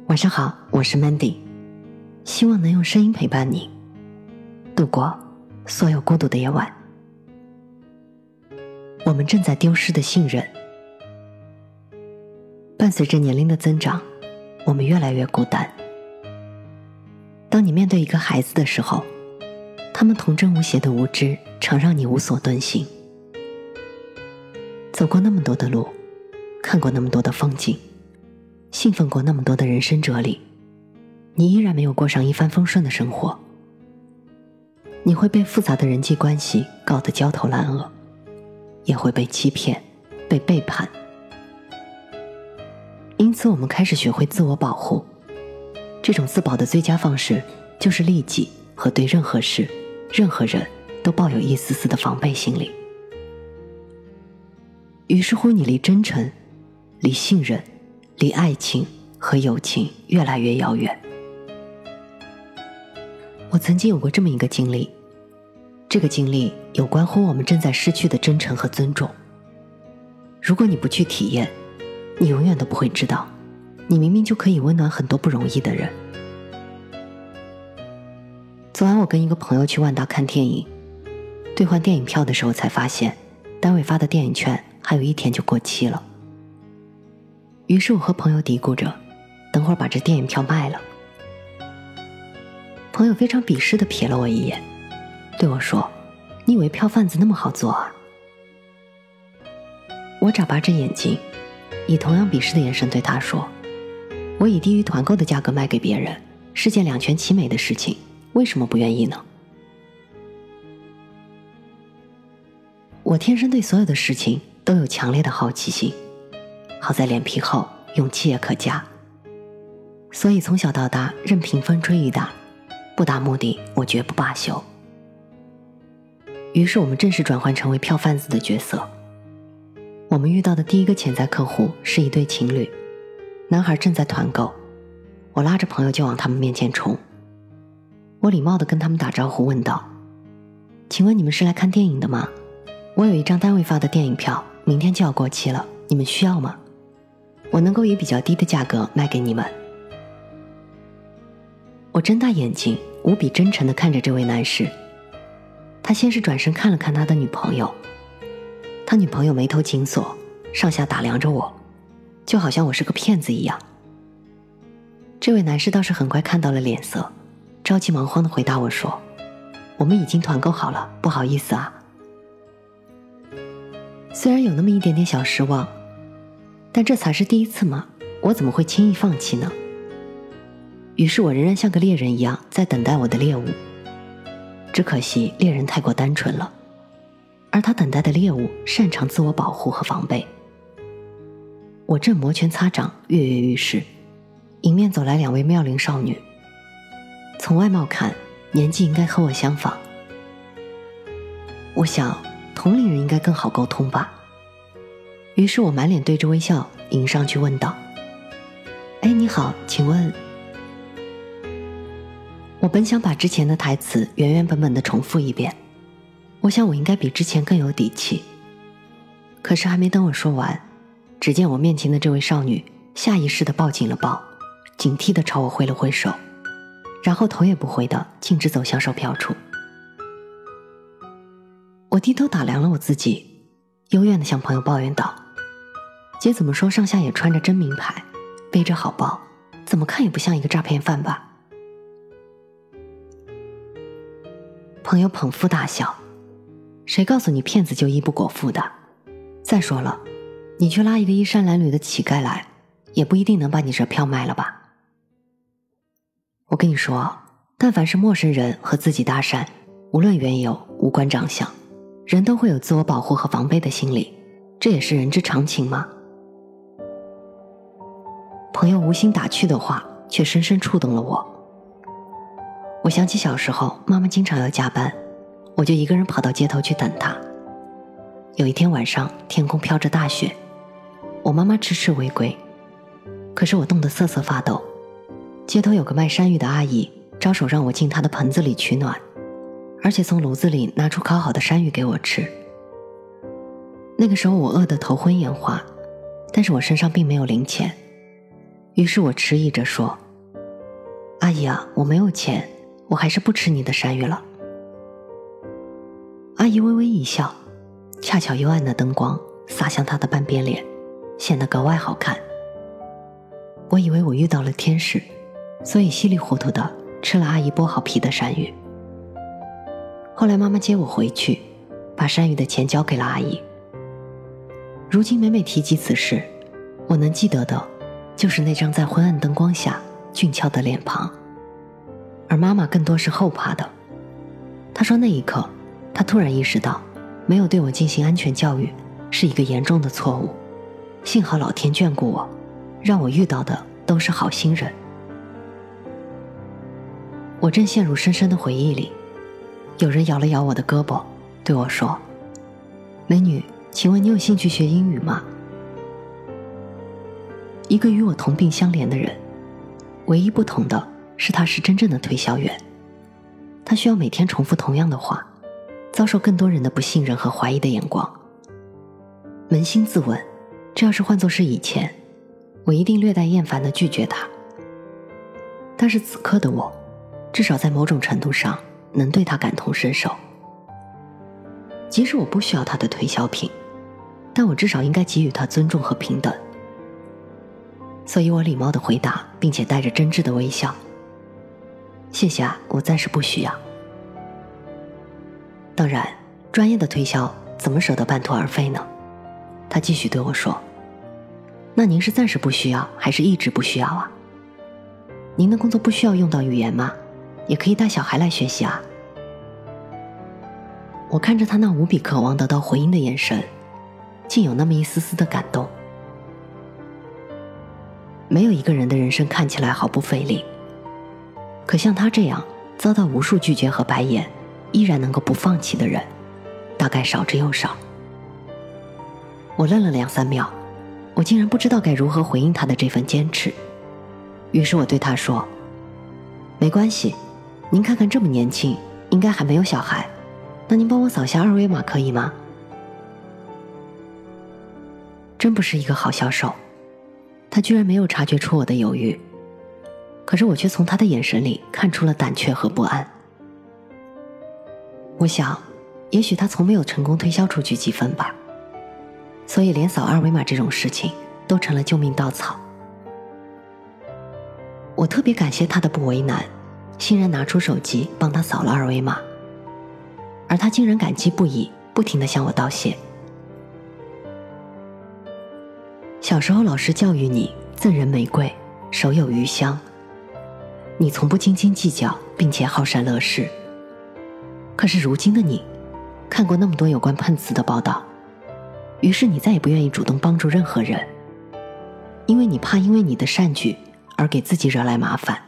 晚上好，我是 Mandy， 希望能用声音陪伴你度过所有孤独的夜晚。我们正在丢失的信任。伴随着年龄的增长，我们越来越孤单。当你面对一个孩子的时候，他们童真无邪的无知常让你无所遁形。走过那么多的路，看过那么多的风景，兴奋过那么多的人生哲理，你依然没有过上一帆风顺的生活。你会被复杂的人际关系搞得焦头烂额，也会被欺骗，被背叛。因此我们开始学会自我保护，这种自保的最佳方式就是利己和对任何事任何人都抱有一丝丝的防备心理。于是乎你离真诚，离信任，离爱情和友情越来越遥远。我曾经有过这么一个经历，这个经历有关乎我们正在失去的真诚和尊重。如果你不去体验，你永远都不会知道，你明明就可以温暖很多不容易的人。昨晚我跟一个朋友去万达看电影，兑换电影票的时候才发现，单位发的电影券还有1天就过期了。于是我和朋友嘀咕着，等会儿把这电影票卖了。朋友非常鄙视地瞥了我一眼，对我说：“你以为票贩子那么好做啊？”我眨巴着眼睛，以同样鄙视的眼神对他说：“我以低于团购的价格卖给别人，是件两全其美的事情，为什么不愿意呢？”我天生对所有的事情都有强烈的好奇心，好在脸皮厚，勇气也可嘉，所以从小到大任凭风吹雨打，不达目的我绝不罢休。于是我们正式转换成为票贩子的角色。我们遇到的第一个潜在客户是一对情侣，男孩正在团购，我拉着朋友就往他们面前冲。我礼貌地跟他们打招呼问道：“请问你们是来看电影的吗？我有一张单位发的电影票，明天就要过期了，你们需要吗？我能够以比较低的价格卖给你们。”我睁大眼睛，无比真诚地看着这位男士。他先是转身看了看他的女朋友，他女朋友眉头紧锁，上下打量着我，就好像我是个骗子一样。这位男士倒是很快看到了脸色，着急忙慌地回答我说：“我们已经团购好了，不好意思啊。”虽然有那么一点点小失望，但这才是第一次嘛，我怎么会轻易放弃呢？于是我仍然像个猎人一样在等待我的猎物，只可惜猎人太过单纯了，而他等待的猎物擅长自我保护和防备。我正摩拳擦掌，跃跃欲试，迎面走来2位妙龄少女，从外貌看，年纪应该和我相仿。我想同龄人应该更好沟通吧。于是我满脸对着微笑迎上去问道：“哎，你好，请问……”我本想把之前的台词原原本本地重复一遍，我想我应该比之前更有底气。可是还没等我说完，只见我面前的这位少女下意识地抱紧了抱，警惕地朝我挥了挥手，然后头也不回地径直走向售票处。我低头打量了我自己，幽怨地向朋友抱怨道：“姐怎么说上下也穿着真名牌，背着好包，怎么看也不像一个诈骗犯吧？”朋友捧腹大笑：“谁告诉你骗子就一不果腹的？再说了，你去拉一个衣衫褴褛的乞丐来，也不一定能把你这票卖了吧？”我跟你说，但凡是陌生人和自己搭讪，无论缘由，无关长相，人都会有自我保护和防备的心理，这也是人之常情嘛。朋友无心打趣的话，却深深触动了我。我想起小时候，妈妈经常要加班，我就一个人跑到街头去等她。有一天晚上，天空飘着大雪，我妈妈迟迟未归，可是我冻得瑟瑟发抖。街头有个卖山芋的阿姨，招手让我进她的盆子里取暖，而且从炉子里拿出烤好的山芋给我吃。那个时候我饿得头昏眼花，但是我身上并没有零钱， 于是我迟疑着说：阿姨啊，我没有钱，我还是不吃你的山芋了。阿姨微微一笑，恰巧幽暗的灯光洒向她的半边脸，显得格外好看。我以为我遇到了天使，所以稀里糊涂的吃了阿姨剥好皮的山芋。后来妈妈接我回去，把山芋的钱交给了阿姨。如今每每提及此事，我能记得的就是那张在昏暗灯光下俊俏的脸庞，而妈妈更多是后怕的。她说那一刻她突然意识到没有对我进行安全教育是一个严重的错误，幸好老天眷顾我，让我遇到的都是好心人。我正陷入深深的回忆里，有人摇了摇我的胳膊，对我说：美女，请问你有兴趣学英语吗？一个与我同病相怜的人，唯一不同的是他是真正的推销员，他需要每天重复同样的话，遭受更多人的不信任和怀疑的眼光。扪心自问，这要是换作是以前，我一定略带厌烦地拒绝他。但是此刻的我，至少在某种程度上能对他感同身受。即使我不需要他的推销品，但我至少应该给予他尊重和平等。所以我礼貌地回答，并且带着真挚的微笑：谢谢啊，我暂时不需要。当然，专业的推销怎么舍得半途而废呢？他继续对我说：那您是暂时不需要，还是一直不需要啊？您的工作不需要用到语言吗？也可以带小孩来学习啊。我看着他那无比渴望得到回应的眼神，竟有那么一丝丝的感动。没有一个人的人生看起来毫不费力，可像他这样遭到无数拒绝和白眼，依然能够不放弃的人，大概少之又少。我愣了2-3秒，我竟然不知道该如何回应他的这份坚持。于是我对他说：没关系，您看看这么年轻，应该还没有小孩，那您帮我扫下2维码可以吗？真不是一个好销售，他居然没有察觉出我的犹豫，可是我却从他的眼神里看出了胆怯和不安。我想，也许他从没有成功推销出去几分吧，所以连扫2维码这种事情都成了救命稻草。我特别感谢他的不为难，欣然拿出手机帮他扫了2维码，而他竟然感激不已，不停地向我道谢。小时候老师教育你赠人玫瑰，手有余香，你从不斤斤计较，并且好善乐施。可是如今的你，看过那么多有关碰瓷的报道，于是你再也不愿意主动帮助任何人，因为你怕因为你的善举而给自己惹来麻烦。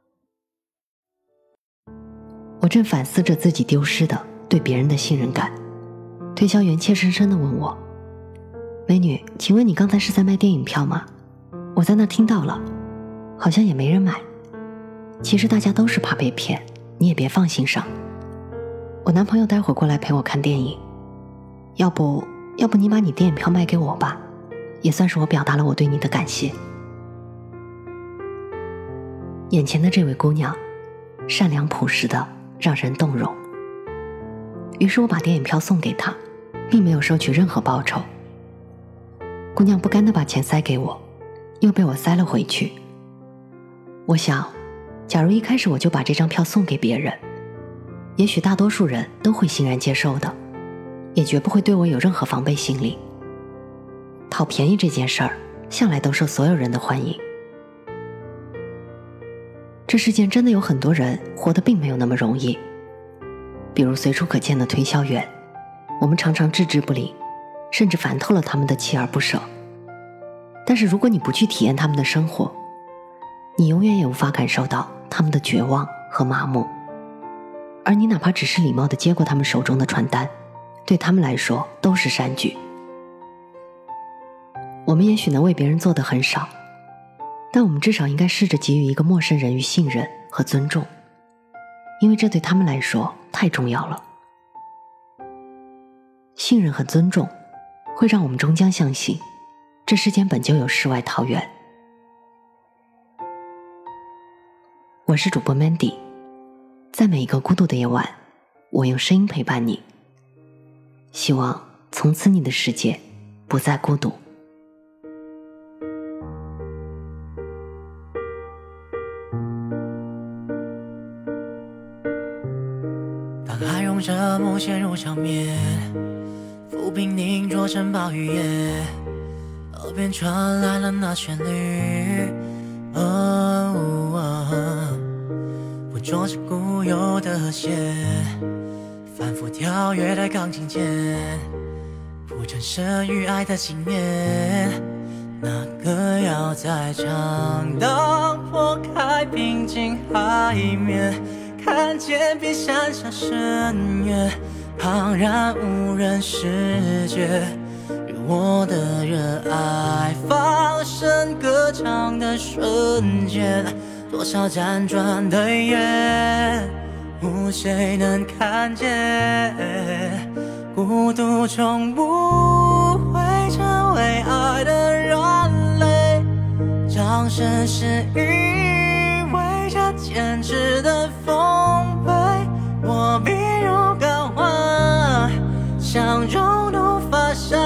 我正反思着自己丢失的对别人的信任感，推销员怯生生地问我：美女，请问你刚才是在卖电影票吗？我在那听到了，好像也没人买。其实大家都是怕被骗，你也别放心上。我男朋友待会儿过来陪我看电影，要不你把你电影票卖给我吧，也算是我表达了我对你的感谢。眼前的这位姑娘，善良朴实的让人动容。于是我把电影票送给她，并没有收取任何报酬。姑娘不甘地把钱塞给我，又被我塞了回去。我想，假如一开始我就把这张票送给别人，也许大多数人都会欣然接受的，也绝不会对我有任何防备心理。讨便宜这件事儿，向来都受所有人的欢迎。这世间真的有很多人活得并没有那么容易，比如随处可见的推销员，我们常常置之不理，甚至烦透了他们的锲而不舍。但是如果你不去体验他们的生活，你永远也无法感受到他们的绝望和麻木。而你哪怕只是礼貌地接过他们手中的传单，对他们来说都是善举。我们也许能为别人做得很少，但我们至少应该试着给予一个陌生人与信任和尊重，因为这对他们来说太重要了。信任和尊重会让我们终将相信，这世间本就有世外桃源。 我是主播 Mandy， 在每一个孤独的夜晚，我用声音陪伴你，希望从此你的世界不再孤独。 当海涌着梦陷入场面，浮萍凝着成暴雨夜，耳边传来了那旋律，捕捉着固有的和谐，反复跳跃在钢琴间，谱成生与爱的信念。那个要在长荡破开平静海面，看见并闪闪深渊，庞然无人视觉，与我的热爱放声歌唱的瞬间，多少辗转的夜，无谁能看见，孤独从不会成为爱的软肋，掌声是意味着坚持的丰沛，我必如钢花向中途发烧，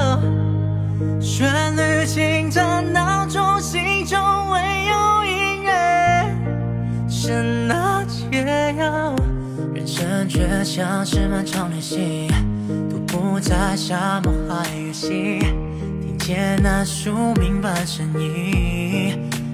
旋律轻在脑中，心中唯有音乐是那解药，人生却像是漫长旅行，徒步在沙漠海域行，听见那树鸣般声音，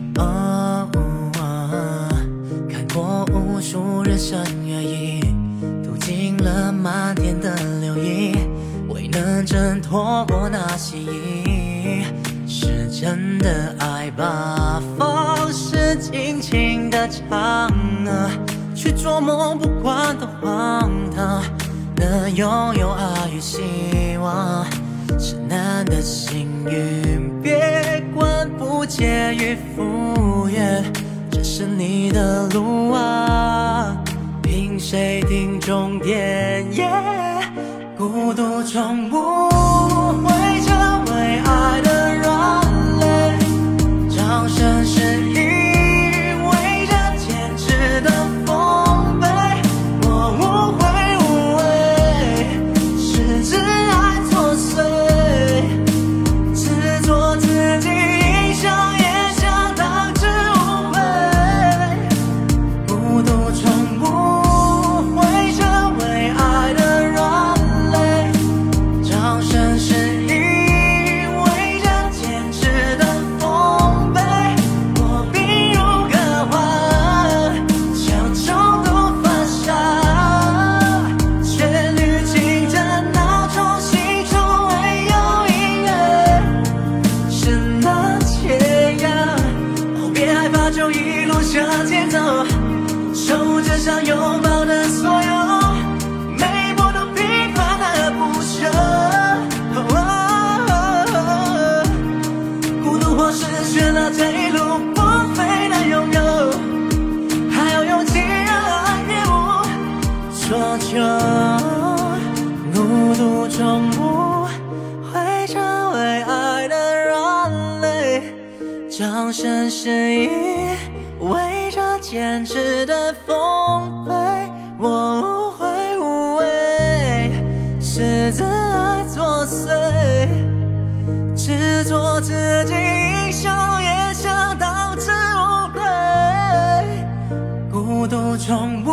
看过无数人生月影，读尽了漫天的流萤，未能挣脱过那吸引，是真的爱吧，放肆尽情的唱去做梦不管多荒唐，能拥有爱与希望是难得幸运，别管不解与敷衍，这是你的路啊，凭谁定终点，孤独从不会成为爱的软肋，掌声是意味着坚持的丰沛，我无悔无畏，是自爱作祟，自作自己，影响也想当之无愧，孤独从不会成为爱的软肋，掌声是意味着坚持的丰沛，我必如钢花向中途发烧，旋律轻在脑中，心中唯有音乐是那解药，别害怕，就一路向前走，守护着想拥抱的所有，每一步都平凡的不朽，孤独或是选了这一路不非的拥有，还有勇气让爱别无所求，孤独从不会成为爱的软肋，掌声是意味着坚持的丰沛，我无悔无畏，是自爱作祟，自作自己，影响也想当之无愧，孤独从